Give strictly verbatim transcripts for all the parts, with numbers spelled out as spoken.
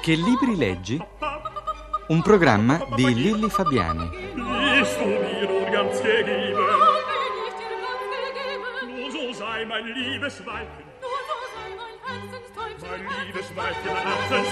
Che libri leggi? Un programma di Lilli Fabiani. Bist du mir nur ganz gegeben? Nur so sei mein liebes Weibchen. Nur so sei mein Herzenstäubchen. Mein liebes Weibchen, mein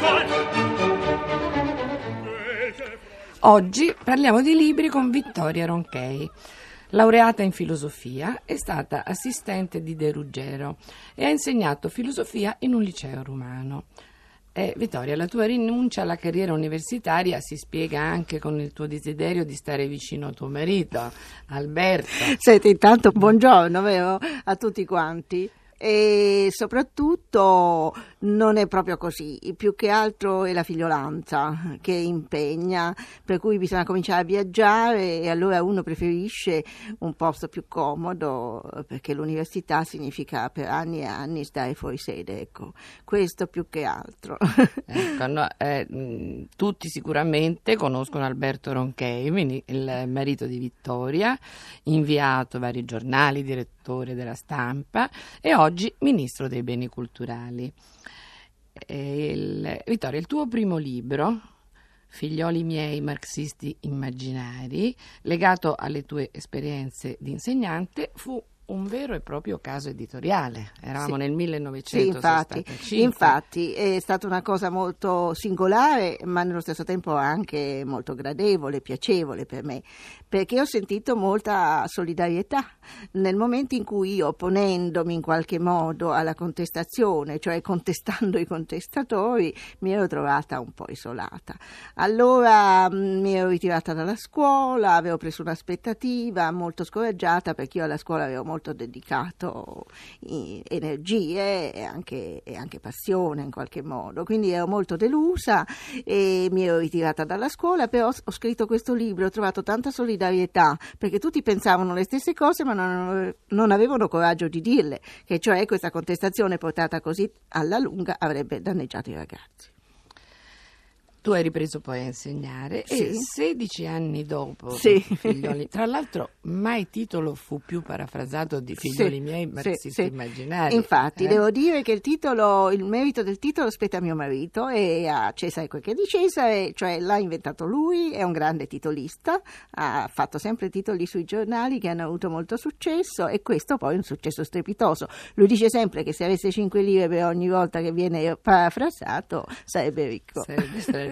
Herzenstäubchen. Oggi parliamo di libri con Vittoria Ronchey. Laureata in filosofia, è stata assistente di De Ruggero e ha insegnato filosofia in un liceo romano. Eh, Vittoria, la tua rinuncia alla carriera universitaria si spiega anche con il tuo desiderio di stare vicino a tuo marito, Alberto. Senti, intanto buongiorno, vero? A tutti quanti. E soprattutto non è proprio così, più che altro è la figliolanza che impegna, per cui bisogna cominciare a viaggiare e allora uno preferisce un posto più comodo, perché l'università significa per anni e anni stare fuori sede, ecco, questo più che altro. Ecco, no, eh, tutti sicuramente conoscono Alberto Ronchey, il marito di Vittoria, inviato a vari giornali, direttore della Stampa e oggi Oggi ministro dei beni culturali. Il, Vittoria, il tuo primo libro, Figlioli miei marxisti immaginari, legato alle tue esperienze di insegnante, fu un vero e proprio caso editoriale. Eravamo sì. nel millenovecentosessantacinque. Sì, infatti, infatti è stata una cosa molto singolare, ma nello stesso tempo anche molto gradevole, piacevole per me, perché ho sentito molta solidarietà nel momento in cui io, opponendomi in qualche modo alla contestazione, cioè contestando i contestatori, mi ero trovata un po' isolata. Allora mh, mi ero ritirata dalla scuola, avevo preso un'aspettativa molto scoraggiata, perché io alla scuola avevo molto dedicato energie e anche, e anche passione in qualche modo, quindi ero molto delusa e mi ero ritirata dalla scuola, però ho scritto questo libro, ho trovato tanta solidarietà, perché tutti pensavano le stesse cose ma non, non avevano coraggio di dirle, che cioè questa contestazione portata così alla lunga avrebbe danneggiato i ragazzi. Tu hai ripreso poi a insegnare sì. e sedici anni dopo, sì. Figlioli, tra l'altro mai titolo fu più parafrasato di Figlioli sì. miei marxisti sì. immaginari. Infatti eh? devo dire che il titolo, il merito del titolo spetta a mio marito e a Cesare quel che è di Cesare, cioè l'ha inventato lui, è un grande titolista, ha fatto sempre titoli sui giornali che hanno avuto molto successo e questo poi è un successo strepitoso. Lui dice sempre che se avesse cinque lire per ogni volta che viene parafrasato sarebbe ricco. Sarebbe straricco.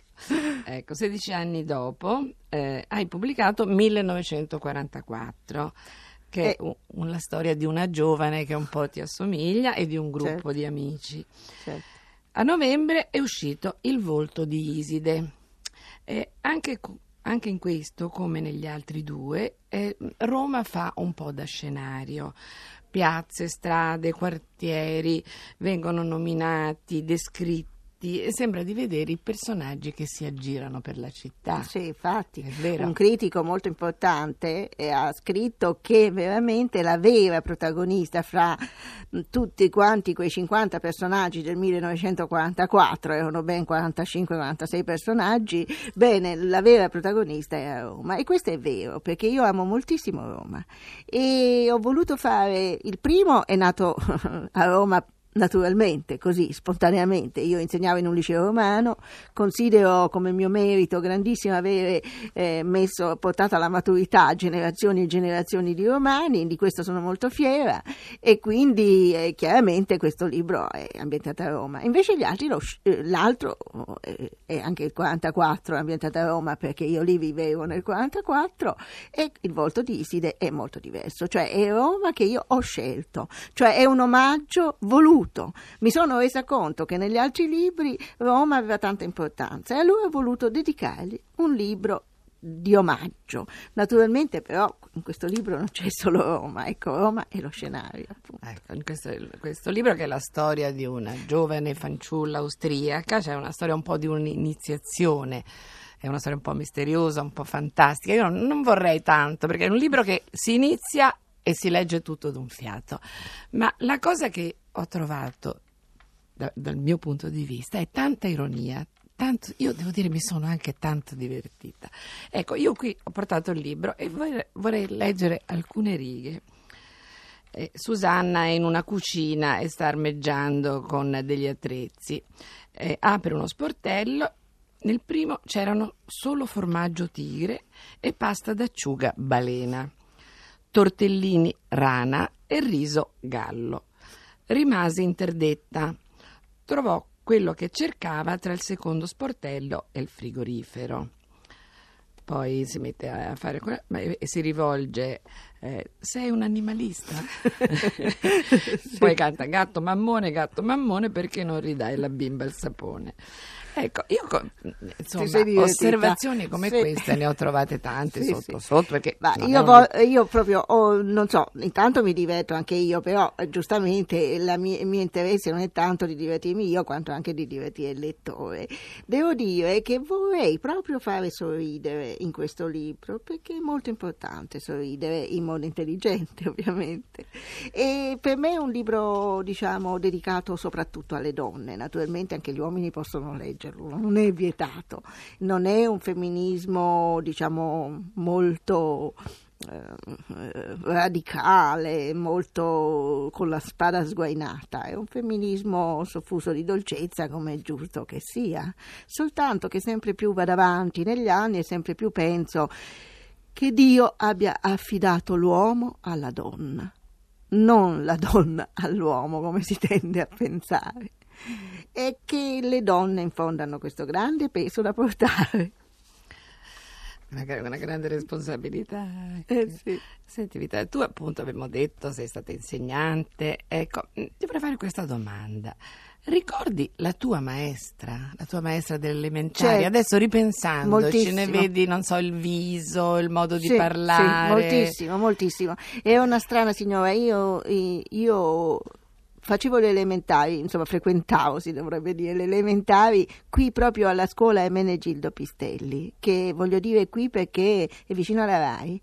Ecco, sedici anni dopo eh, hai pubblicato millenovecentoquarantaquattro, che eh. è un, una storia di una giovane che un po' ti assomiglia e di un gruppo certo. di amici. Certo. A novembre è uscito Il volto di Iside. Eh, anche, anche in questo, come negli altri due, eh, Roma fa un po' da scenario. Piazze, strade, quartieri vengono nominati, descritti. E sembra di vedere i personaggi che si aggirano per la città. Sì, infatti, è vero. Un critico molto importante eh, ha scritto che veramente la vera protagonista fra mh, tutti quanti quei cinquanta personaggi del millenovecentoquarantaquattro, erano ben quarantacinque quarantasei personaggi, bene, la vera protagonista era Roma. E questo è vero, perché io amo moltissimo Roma e ho voluto fare, il primo è nato a Roma naturalmente, così, spontaneamente. Io insegnavo in un liceo romano, considero come mio merito grandissimo avere eh, messo, portato alla maturità generazioni e generazioni di romani, di questo sono molto fiera e quindi eh, chiaramente questo libro è ambientato a Roma. Invece gli altri, lo, l'altro eh, è anche il quarantaquattro, è ambientato a Roma perché io lì vivevo nel quarantaquattro e Il volto di Iside è molto diverso, cioè è Roma che io ho scelto, cioè è un omaggio voluto. Mi sono resa conto che negli altri libri Roma aveva tanta importanza e allora ho voluto dedicargli un libro di omaggio. Naturalmente però in questo libro non c'è solo Roma, ecco, Roma è lo scenario. Ecco, in questo, questo libro, che è la storia di una giovane fanciulla austriaca, c'è una storia un po' di un'iniziazione, è una storia un po' misteriosa, un po' fantastica. Io non, non vorrei tanto, perché è un libro che si inizia e si legge tutto d'un fiato, ma la cosa che ho trovato da, dal mio punto di vista è tanta ironia, tanto, io devo dire mi sono anche tanto divertita. Ecco, io qui ho portato il libro e vorrei, vorrei leggere alcune righe. Eh, Susanna è in una cucina e sta armeggiando con degli attrezzi. Eh, apre uno sportello. Nel primo c'erano solo formaggio tigre e pasta d'acciuga balena, tortellini rana e riso gallo. Rimase interdetta. Trovò quello che cercava tra il secondo sportello e il frigorifero. Poi si mette a fare e si rivolge: eh, sei un animalista? Sì. Poi canta: gatto mammone, gatto mammone, perché non ridai la bimba il sapone? Ecco, io insomma osservazioni come sì. queste ne ho trovate tante sì, sotto sì. sotto perché Ma io, un... vo- io proprio oh, non so, intanto mi diverto anche io, però giustamente il mie- mio interesse non è tanto di divertirmi io quanto anche di divertire il lettore. Devo dire che vorrei proprio fare sorridere in questo libro, perché è molto importante sorridere in modo intelligente, ovviamente, e per me è un libro, diciamo, dedicato soprattutto alle donne. Naturalmente anche gli uomini possono leggere, non è vietato, non è un femminismo, diciamo, molto eh, radicale, molto con la spada sguainata, è un femminismo soffuso di dolcezza, come è giusto che sia, soltanto che sempre più vado avanti negli anni e sempre più penso che Dio abbia affidato l'uomo alla donna, non la donna all'uomo, come si tende a pensare, e che le donne in fondo hanno questo grande peso da portare. Una, una grande responsabilità. Eh sì. Senti Vita, tu appunto abbiamo detto sei stata insegnante, ecco, ti vorrei fare questa domanda. Ricordi la tua maestra, la tua maestra delle elementari? Certo. Adesso ripensandoci, ne vedi, non so, il viso, il modo di sì, parlare. Sì, moltissimo, moltissimo. È una strana signora, io... io... facevo le elementari, insomma frequentavo, si dovrebbe dire, le elementari qui proprio alla scuola Ermenegildo Pistelli, che voglio dire qui perché è vicino alla Rai,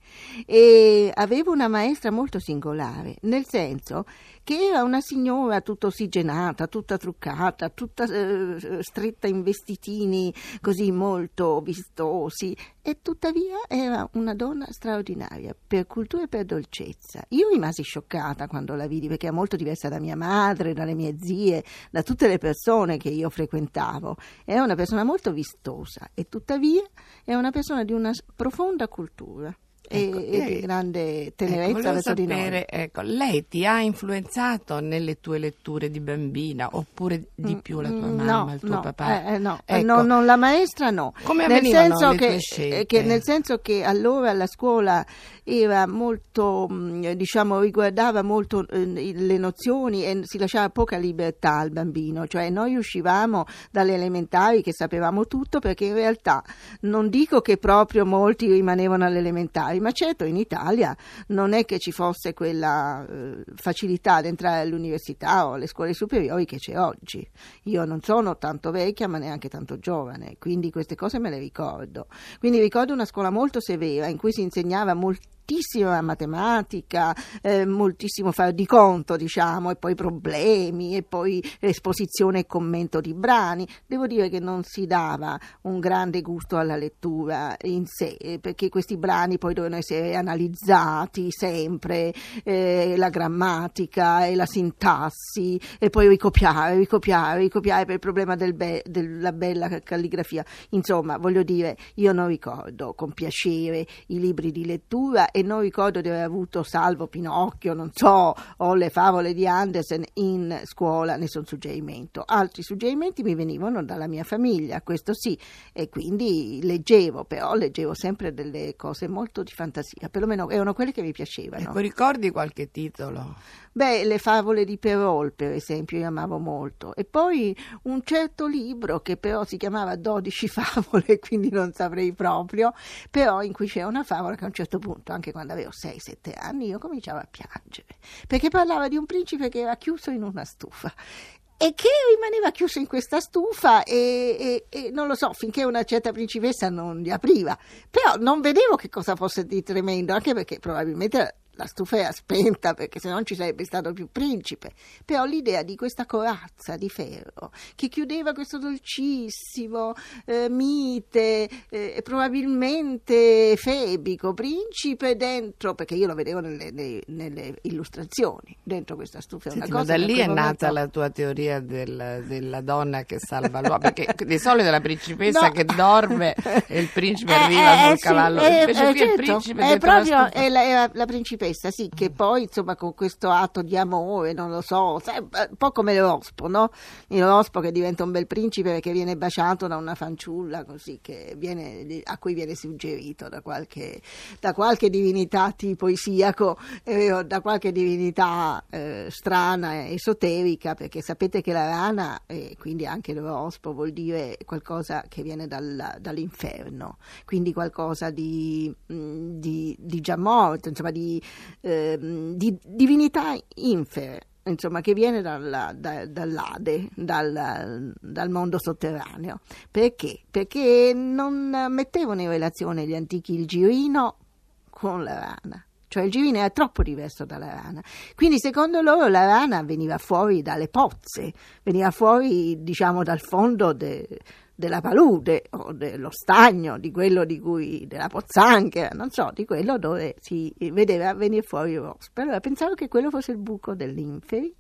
e avevo una maestra molto singolare, nel senso che era una signora tutta ossigenata, tutta truccata, tutta eh, stretta in vestitini così molto vistosi, e tuttavia era una donna straordinaria per cultura e per dolcezza. Io rimasi scioccata quando la vidi, perché era molto diversa da mia madre, dalle mie zie, da tutte le persone che io frequentavo. Era una persona molto vistosa e tuttavia era una persona di una profonda cultura. Ecco, e, e di grande tenerezza ecco, verso di sapere, noi. Ecco, lei ti ha influenzato nelle tue letture di bambina oppure di più la tua mm, mamma, no, il tuo no, papà? Eh, no, ecco. no, non la maestra no. Come nel avvenivano senso le che, tue scelte? che nel senso che allora la scuola era molto, diciamo, riguardava molto eh, le nozioni e si lasciava poca libertà al bambino, cioè noi uscivamo dalle elementari che sapevamo tutto, perché in realtà non dico che proprio molti rimanevano alle elementari, ma certo in Italia non è che ci fosse quella eh, facilità ad entrare all'università o alle scuole superiori che c'è oggi. Io non sono tanto vecchia ma neanche tanto giovane, quindi queste cose me le ricordo. Quindi ricordo una scuola molto severa in cui si insegnava moltissima matematica, eh, moltissimo fare di conto, diciamo, e poi problemi, e poi esposizione e commento di brani. Devo dire che non si dava un grande gusto alla lettura in sé, perché questi brani poi dovevano essere analizzati sempre, eh, la grammatica e la sintassi, e poi ricopiare, ricopiare, ricopiare per il problema del be- della bella calligrafia. Insomma, voglio dire, io non ricordo con piacere i libri di lettura e non ricordo di aver avuto, salvo Pinocchio, non so, o le favole di Andersen in scuola, nessun suggerimento. Altri suggerimenti mi venivano dalla mia famiglia, questo sì, e quindi leggevo, però leggevo sempre delle cose molto di fantasia, perlomeno erano quelle che mi piacevano. Ecco, ricordi qualche titolo? Beh, le favole di Perrault, per esempio, io amavo molto. E poi un certo libro che però si chiamava dodici favole, quindi non saprei proprio, però in cui c'era una favola che a un certo punto, anche quando avevo sei sette anni, io cominciavo a piangere, perché parlava di un principe che era chiuso in una stufa e che rimaneva chiuso in questa stufa e, e, e non lo so, finché una certa principessa non gli apriva. Però non vedevo che cosa fosse di tremendo, anche perché probabilmente la stufa era spenta perché se non ci sarebbe stato più principe, però l'idea di questa corazza di ferro che chiudeva questo dolcissimo eh, mite eh, probabilmente febico principe dentro, perché io lo vedevo nelle, nelle, nelle illustrazioni, dentro questa stufa. Senti, una cosa ma da lì è momento... nata la tua teoria del, della donna che salva l'uomo, perché di solito è la principessa No. che dorme e il principe Eh, arriva eh, sul sì, cavallo, eh, invece eh, qui è il certo, principe è dentro la proprio stufa. è la, è la- la principessa, sì, che poi insomma con questo atto di amore, non lo so, sai, un po' come l'orospo, no? L'orospo che diventa un bel principe perché viene baciato da una fanciulla così che viene, a cui viene suggerito da qualche, da qualche divinità tipo Isiaco, eh, da qualche divinità eh, strana, esoterica, perché sapete che la rana e quindi anche l'orospo vuol dire qualcosa che viene dal- dall'inferno, quindi qualcosa di, mh, di, di già morto, insomma di, ehm, di divinità infere, insomma che viene dalla- da- dall'Ade, dal, dal mondo sotterraneo. Perché? Perché non mettevano in relazione gli antichi il girino con la rana. Cioè il girino era troppo diverso dalla rana, quindi secondo loro la rana veniva fuori dalle pozze, veniva fuori diciamo dal fondo de- della palude o dello stagno, di quello di cui, della pozzanghera, non so, di quello dove si vedeva venire fuori il rospo. Allora pensavo che quello fosse il buco dell'inferi,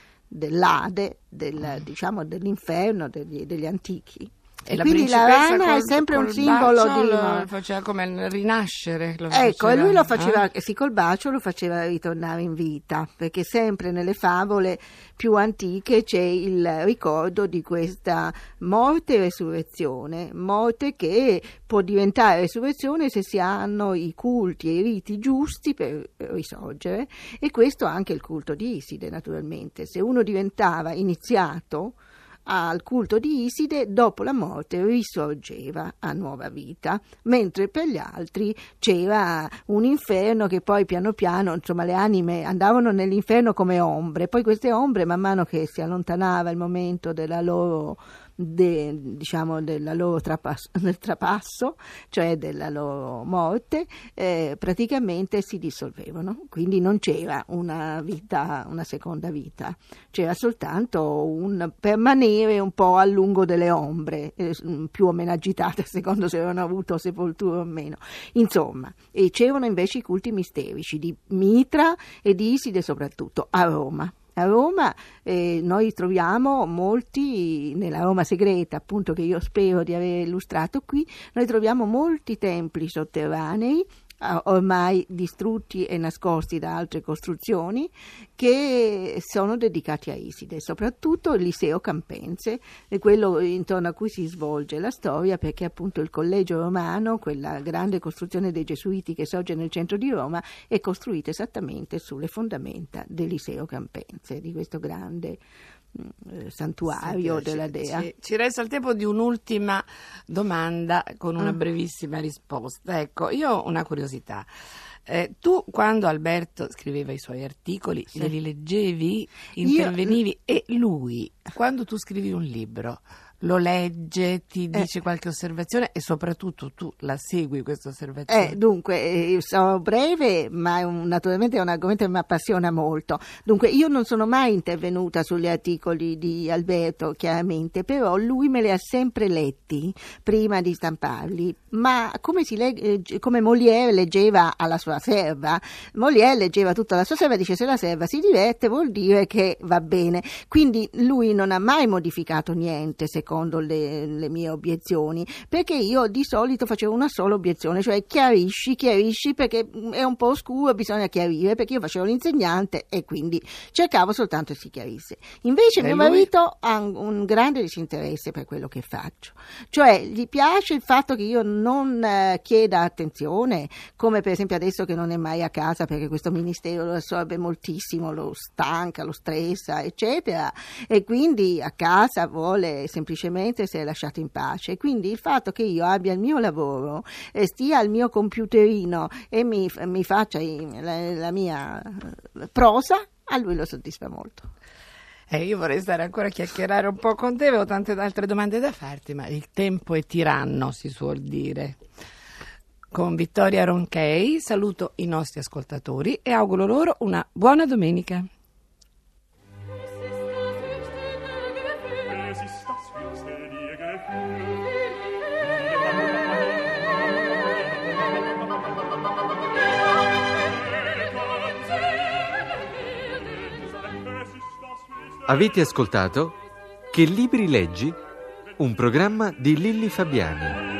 dell'Ade, del, diciamo dell'inferno degli, degli antichi. E la quindi la principessa rana è col- sempre un col simbolo bacio di... lo faceva come il rinascere, lo Ecco, e faceva, lui lo eh? faceva, sì, col bacio lo faceva ritornare in vita, perché sempre nelle favole più antiche c'è il ricordo di questa morte e resurrezione, morte che può diventare resurrezione se si hanno i culti e i riti giusti per risorgere, e questo anche il culto di Iside, naturalmente. Se uno diventava iniziato al culto di Iside, dopo la morte risorgeva a nuova vita, mentre per gli altri c'era un inferno che poi piano piano, insomma, le anime andavano nell'inferno come ombre, poi queste ombre man mano che si allontanava il momento della loro De, diciamo della loro trapasso, del trapasso, cioè della loro morte, eh, praticamente si dissolvevano, quindi non c'era una vita, una seconda vita, c'era soltanto un permanere un po' a lungo delle ombre, eh, più o meno agitate secondo se avevano avuto sepoltura o meno. Insomma, e c'erano invece i culti misterici di Mitra e di Iside, soprattutto a Roma. A Roma eh, noi troviamo molti, nella Roma segreta, appunto, che io spero di aver illustrato qui, noi troviamo molti templi sotterranei, ormai distrutti e nascosti da altre costruzioni, che sono dedicati a Iside, soprattutto il Liceo Campense, è quello intorno a cui si svolge la storia, perché appunto il Collegio Romano, quella grande costruzione dei Gesuiti che sorge nel centro di Roma, è costruita esattamente sulle fondamenta del Liceo Campense, di questo grande eh, santuario Senti, della ci- dea. Ci, ci resta il tempo di un'ultima domanda con una Ah. brevissima risposta. Ecco, io ho una curiosità. Eh, tu quando Alberto scriveva i suoi articoli, Sì. li leggevi, intervenivi, e lui, quando tu scrivi un libro, lo legge, ti dice qualche osservazione e soprattutto tu la segui questa osservazione? Eh, dunque, eh, sono breve, ma è un- naturalmente è un argomento che mi appassiona molto. Dunque, io non sono mai intervenuta sugli articoli di Alberto, chiaramente, però lui me li ha sempre letti prima di stamparli. Ma come, si leg- eh, come Molière leggeva alla sua serva, Molière leggeva tutta la sua serva e dice: se la serva si diverte vuol dire che va bene. Quindi lui non ha mai modificato niente secondo le, le mie obiezioni, perché io di solito facevo una sola obiezione, cioè chiarisci, chiarisci, perché è un po' oscuro, bisogna chiarire, perché io facevo l'insegnante e quindi cercavo soltanto che si chiarisse. Invece E mio lui? marito ha un, un grande disinteresse per quello che faccio, cioè gli piace il fatto che io non eh, chieda attenzione, come per esempio adesso che non è mai a casa perché questo ministero lo assorbe moltissimo, lo stanca, lo stressa, eccetera, e quindi a casa vuole semplicemente essere lasciato in pace. Quindi il fatto che io abbia il mio lavoro, eh, stia al mio computerino e mi, mi faccia i- la, la mia eh, prosa, a lui lo soddisfa molto. Eh, io vorrei stare ancora a chiacchierare un po' con te, avevo tante altre domande da farti, ma il tempo è tiranno, si suol dire. Con Vittoria Ronchey saluto i nostri ascoltatori e auguro loro una buona domenica. Es ist das höchste dir Gefühl. Avete ascoltato Che libri leggi? Un programma di Lilli Fabiani.